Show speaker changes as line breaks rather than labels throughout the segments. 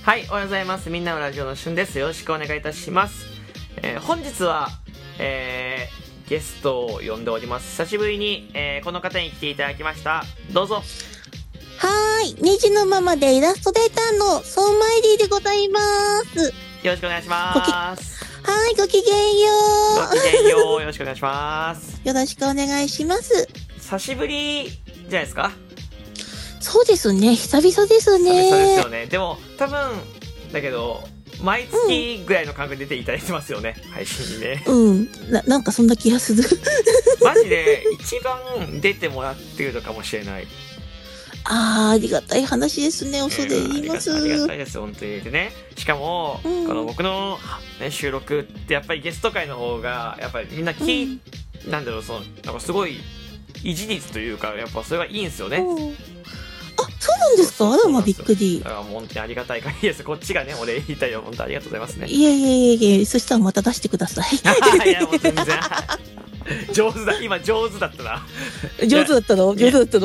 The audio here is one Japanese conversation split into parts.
はい、おはようございます。みんなのラジオのしゅんです。よろしくお願いいたします。本日は、ゲストを呼んでおります。久しぶりに、この方に来ていただきました。どうぞ。
はーい、2児のママでイラストレーターのソーマイリーでございます。
よろしくお願いします。
はーい、ごきげんよう。
ごきげんよう。よろしくお願いします。
よろしくお願いします。
久しぶりじゃないですか。
そうですね、久々ですね。
久々ですよね。でも、多分、だけど、毎月ぐらいの感覚で出ていただいてますよね、配信にね。
なんかそんな気がする。
マジで、一番出てもらってるのかもしれない。
ありがたい話ですね。恐れ入ります。
ありがたいです、本当に。でね、しかも、この僕の、ね、収録ってやっぱりゲスト会の方が、やっぱりみんななんだろう、なんかすごい、維持率というか、やっぱそれがいいんですよね。
そうなんですか。あらまびっくり。
だからもう本当にありがたい限りです。こっちがね、俺言いたいよ。本当ありがとうございますね。
いえ、そしたらまた出してください。
いや、もう全然。上手だ。今上手だったな。
上手だったの。
上手だった。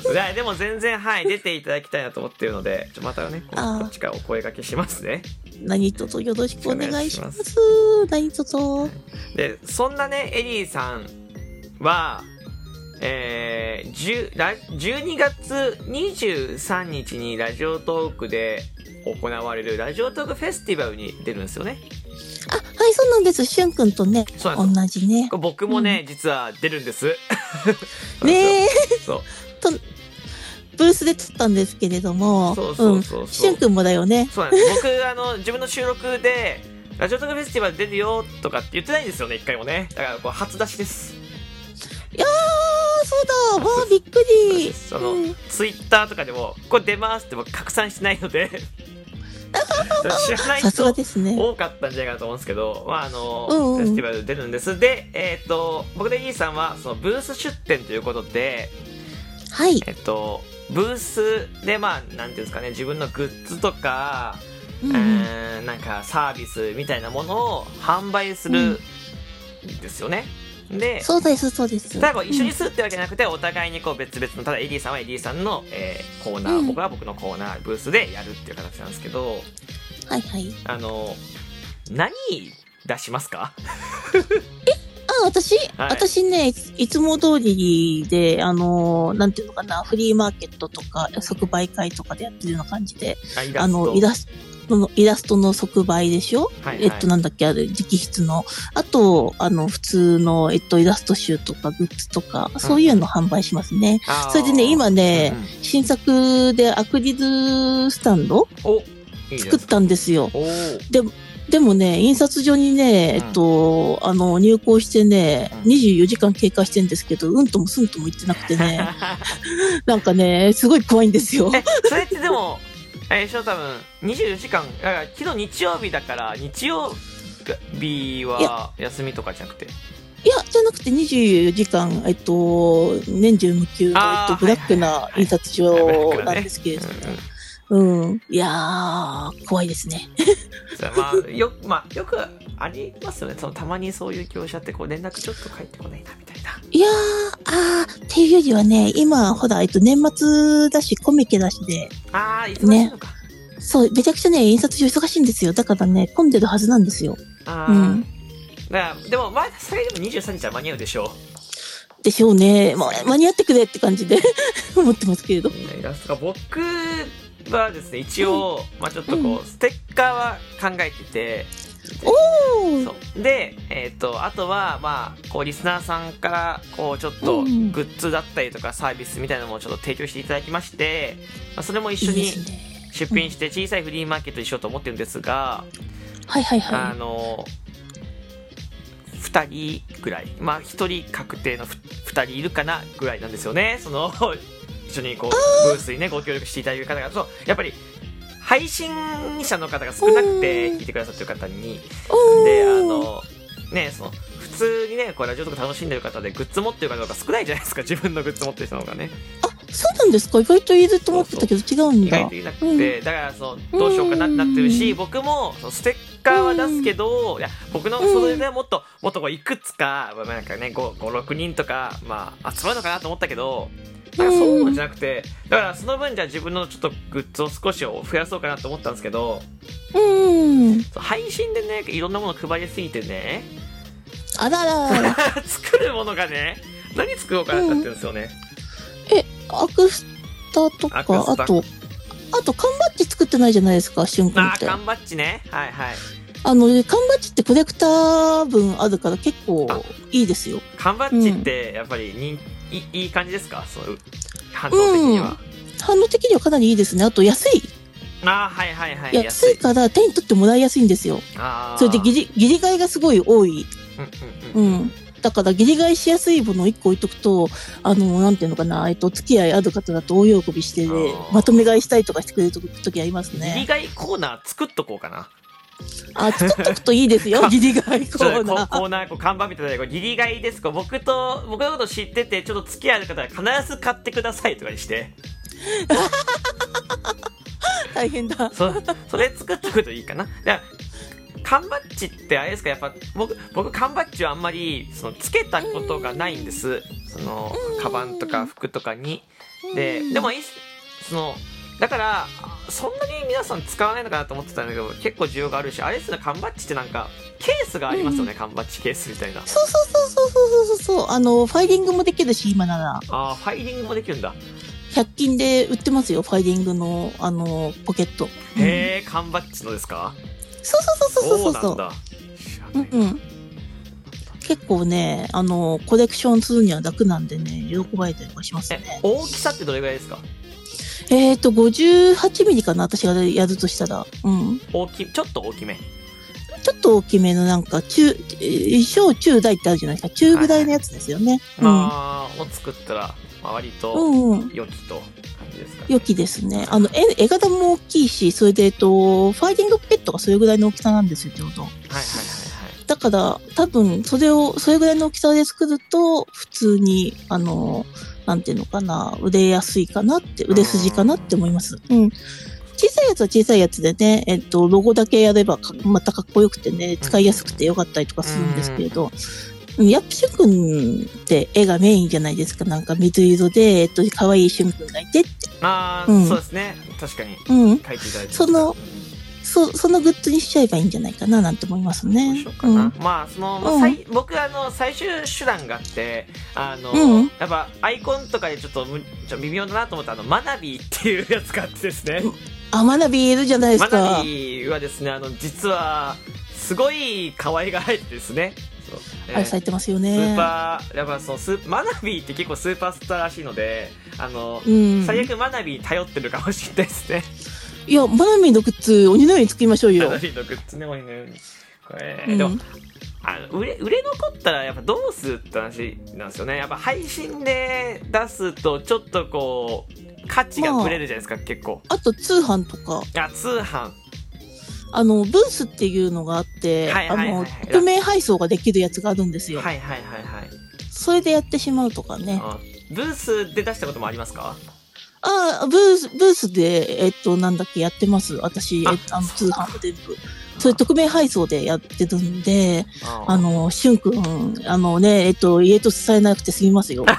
いや、でも全然、はい、出ていただきたいなと思ってるので、またね、こっちからお声掛けしますね。
何卒よろしくお願いします。何卒。
で、そんなね、エリーさんは、12月23日にラジオトークで行われるラジオトークフェスティバルに出るんですよね。
はい、そうなんです。しゅんくんとね、同じね。
僕もね、実は出るんです。
ねえ。
そう。
ブースで撮ったんですけれども、しゅんくんもだよね。
そうなんです。僕、自分の収録で、ラジオトークフェスティバル出るよとかって言ってないんですよね、一回もね。だから、初出しです。
いやー、そうだ、わー、びっくり。
ツイッターとかでも、これ出ますって僕拡散してないので、知らない人多かったんじゃないかなと思うんですけど、フェスティバル出るんです。で、僕でイーさんは、ブース出展ということで、
はい。
ブースで、なんていうんですかね、自分のグッズとか、なんかサービスみたいなものを販売するんですよね。で、
そうです。
ただ一緒にするってわけじゃなくて、お互いに別々の、ただエディさんはエディさんの、コーナー、僕は僕のコーナー、ブースでやるっていう形なんですけど、
はいはい。
何出しますか？
私ね、いつも通りで、なんていうのかな、フリーマーケットとか、即売会とかでやってるような感じで、イラストの即売でしょ、なんだっけ、あれ、直筆の。あと、普通の、イラスト集とかグッズとか、そういうの販売しますね。それでね、今ね、新作でアクリルスタンド作ったんですよ。でもね、印刷所にね、入稿してね、24時間経過してんですけど、うんともすんとも言ってなくてね、なんかね、すごい怖いんですよ。
それってでも、多分、24時間、昨日日曜日だから、日曜日は休みとかじゃなくて。
いや、じゃなくて24時間、年中無休の、ブラックな印刷所なんですけれども。いやー、怖いですね。
よくありますよね。たまにそういう業者って連絡ちょっと返ってこないな、みたいな。
いやー、っていうよりはね、今、ほら、年末だし、コミケだしで。
忙しいのか。
そう、めちゃくちゃね、印刷所忙しいんですよ。だからね、混んでるはずなんですよ。
でも、それでも23日は間に合うでしょう。
でしょうね。間に合ってくれって感じで思ってますけれど。
僕はですね、一応、ちょっとステッカーは考えてて、で、あとは、リスナーさんから、ちょっと、グッズだったりとかサービスみたいなのもちょっと提供していただきまして、それも一緒に出品して小さいフリーマーケットにしようと思ってるんですが、2人ぐらい、1人確定の2人いるかなぐらいなんですよね。一緒にブースにね、ご協力していただける方が、やっぱり、配信者の方が少なくて聞いてくださってる方に、で、普通にね、ラジオとか楽しんでる方でグッズ持ってる方が少ないじゃないですか、自分のグッズ持ってる人の方がね。
そうなんですか？意外といると思ってたけど違うんだ。
意外といなくて、だからどうしようかなってなってるし、僕もステッカーは出すけど、いや、僕のそれでもっといくつか、なんかね、5、6人とか、集まるのかなと思ったけど、 なんかそうじゃなくて、だからその分じゃあ自分のちょっとグッズを少し増やそうかなと思ったんですけど、配信でねいろんなもの配りすぎてね、
あらら
作るものがね、何作ろうかなってなってるんですよね。
アクスタとか、あと缶バッジ作ってないじゃないですか、しゅんくんって。
缶バッジね。はいはい。
缶バッジってコレクター分あるから結構いいですよ。
缶バッジってやっぱりいい感じですか？そう反応的には。
反応的にはかなりいいですね。あと安い。
はいはいはい。
安いから手に取ってもらいやすいんですよ。それでギリ買いがすごい多い。だからギリ買いしやすいものを1個置いとくと、なんていうのかな、付き合いある方だと大喜びして、まとめ買いしたりとかしてくれる時ありますね。
ギリ買いコーナー作っとこうかな。
作っとくといいですよ、ギリ買いコーナー。
コーナー、看板みたいな、ギリ買いですか、僕のこと知ってて、ちょっと付き合いある方は必ず買ってくださいとかにして。
大変だ。
それ作っとくといいかな。缶バッジってあれですか、やっぱ僕缶バッジはあんまりつけたことがないんです。カバンとか服とかに。でもだからそんなに皆さん使わないのかなと思ってたんだけど、結構需要があるし、あれですね、缶バッジってなんかケースがありますよね、缶バッジケースみたいな。
そうファイリングもできるし、今なら。
ファイリングもできるんだ。
100均で売ってますよ、ファイリングのポケット。
へえ、缶バッジのですか？
そうなんだ。結構ね、コレクションするには楽なんでね、喜ばれたりとかしますね。
大きさってどれぐらいですか
？58ミリかな、私がやるとしたら。ち
ょっと大きめ。
ちょっと大きめのなんか、小中大ってあるじゃないですか。中ぐらいのやつですよね。
を作ったら、割と、良きと。
良きですね。絵柄も大きいし、それで、ファイリングポケットがそれぐらいの大きさなんですよ、ちょうど。だから、多分、それぐらいの大きさで作ると、普通に、なんていうのかな、売れ筋かなって思います。小さいやつは小さいやつでね、ロゴだけやればまたかっこよくてね、使いやすくてよかったりとかするんですけれど、やっぱしゅんくんって絵がメインじゃないですか。なんか水色で、可愛いしゅんくんがいてって。
そうですね。確かに。書いていただいて。その
グッズにしちゃえばいいんじゃないかななんて思いますね。
僕最終手段があって、やっぱアイコンとかでちょっと微妙だなと思ったマナビーっていうやつがあってですね。
マナビーいるじゃないですか。
マナビーはですね、実はすごい可愛がられてですね。
愛されてますよね。
やっぱマナビーって結構スーパースターらしいので、最悪マナビー頼ってるかもしれないですね。
いや、マナビーのグッズ、鬼のように作りましょうよ。
マナビーのグッズね、鬼のように。これ、でも、売れ残ったらやっぱどうするって話なんですよね。やっぱ配信で出すと、ちょっとこう、価値がぶれるじゃないですか、結構。
あと、通販とか。
通販。
ブースっていうのがあって、匿名配送ができるやつがあるんですよ。それでやってしまうとかね。
ブースで出したこともありますか？
ブースで、なんだっけ、やってます。私、通販全部。それ匿名配送でやってるんで、しゅんくん、家と伝えなくてすみますよ。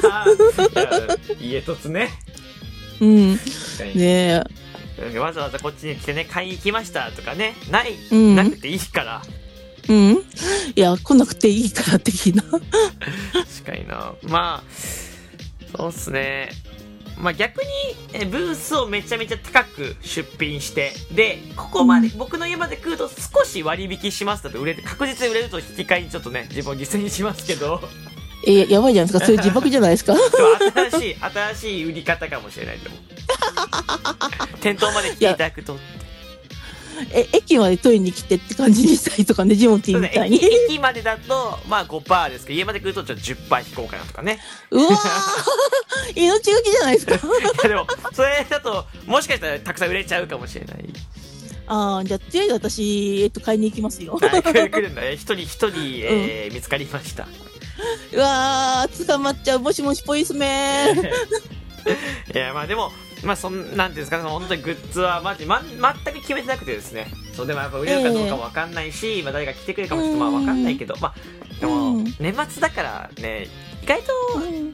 家とつね。
ねえ。
わざわざこっちに来てね、買いに来ましたとかね、なくていいから。
いや、来なくていいから的な。
確かにな。そうっすね。逆にブースをめちゃめちゃ高く出品して、でここまで、僕の家まで来ると少し割引しますと確実に売れると引き換えにちょっとね、自分を犠牲にしますけど、
やばいじゃないですか。そういう自爆じゃないですか。
新しい売り方かもしれないと思う。店頭まで来ていただくと。
駅まで取りに来てって感じにしたりとかね、ジモティーみたいに。
駅までだと、5% ですけど、家まで来るとちょっと 10% 引こうかなとかね。
うわー命がけじゃないですか。
でも、それだと、もしかしたらたくさん売れちゃうかもしれない。
じゃあ、とりあえず私、買いに行きますよ。
来るんだね。一人、見つかりました。
うわー、捕まっちゃう。もしもしポリスメン。
いや、でも、なんていうんですかね、本当にグッズは全く決めてなくてですね。でもやっぱ売れるかどうかもわかんないし、誰が来てくれるかもちょっとわかんないけど、でも、年末だからね、意外と、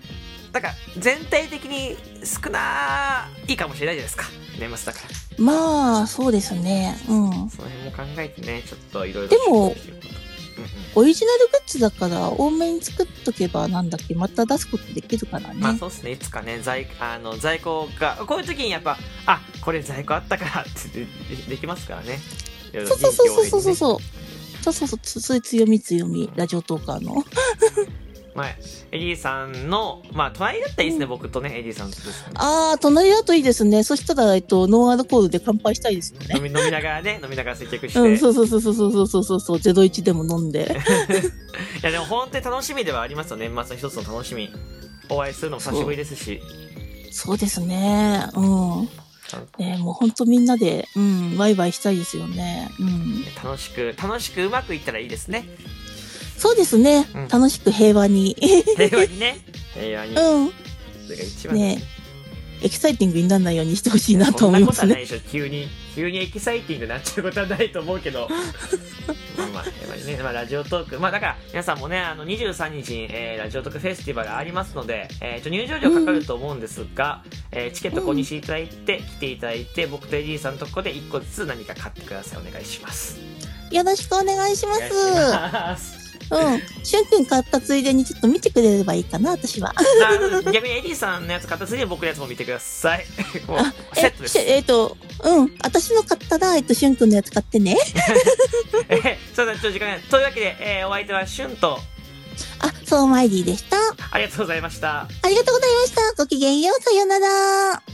だから全体的に少ないかもしれないじゃないですか、年末だから。
まあ、そうですね。うん。
その辺も考えてね、ちょっといろいろ。
でも、オリジナルグッズだから多めに作っとけばなんだっけ、また出すことできるからね。
まあそうですね、いつかね、在庫が、こういう時にやっぱ、あ、これ在庫あったからってできますからね。
そうそうそうそうそうそう。そうそうそう、強み、ラジオトーカーの。
まあ、エリーさんの、まあ、隣だったらいいですね、僕とね、エリーさんとですね。
ああ、隣だといいですね。そしたら、ノンアルコールで乾杯したいですよね。
飲みながらね、接客して。
うん、そう、01でも飲んで。
いや、でも本当に楽しみではありますよ、年末の一つの楽しみ。お会いするのも久しぶりですし。
そうですね、うん。もう本当みんなで、ワイワイしたいですよね。うん。
楽しくうまくいったらいいですね。
そうですね。楽しく平和に。
平和にね。平和に。
うん。
それが一番ね。
エキサイティングにならないようにしてほしいなと思いますね。
そんなことはないでしょ。急にエキサイティングになっちゃうことはないと思うけど。まあ、平和にね、ラジオトーク。まあ、だから、皆さんもね、23日に、ラジオトークフェスティバルありますので、入場料かかると思うんですが、チケット購入していただいて、来ていただいて、僕とエリーさんのところで1個ずつ何か買ってください。お願いします。
よろしくお願いします。しゅんくん買ったついでにちょっと見てくれればいいかな、私は。
逆にエリーさんのやつ買ったついでに僕のやつも見てください。もうセットです。
私の買ったら、しゅんくんのやつ買ってね。
そうだ、ちょっと時間ない。というわけで、お相手はしゅんと、
そうマイリーでした。
ありがとうございました。
ありがとうございました。ごきげんよう、さよなら。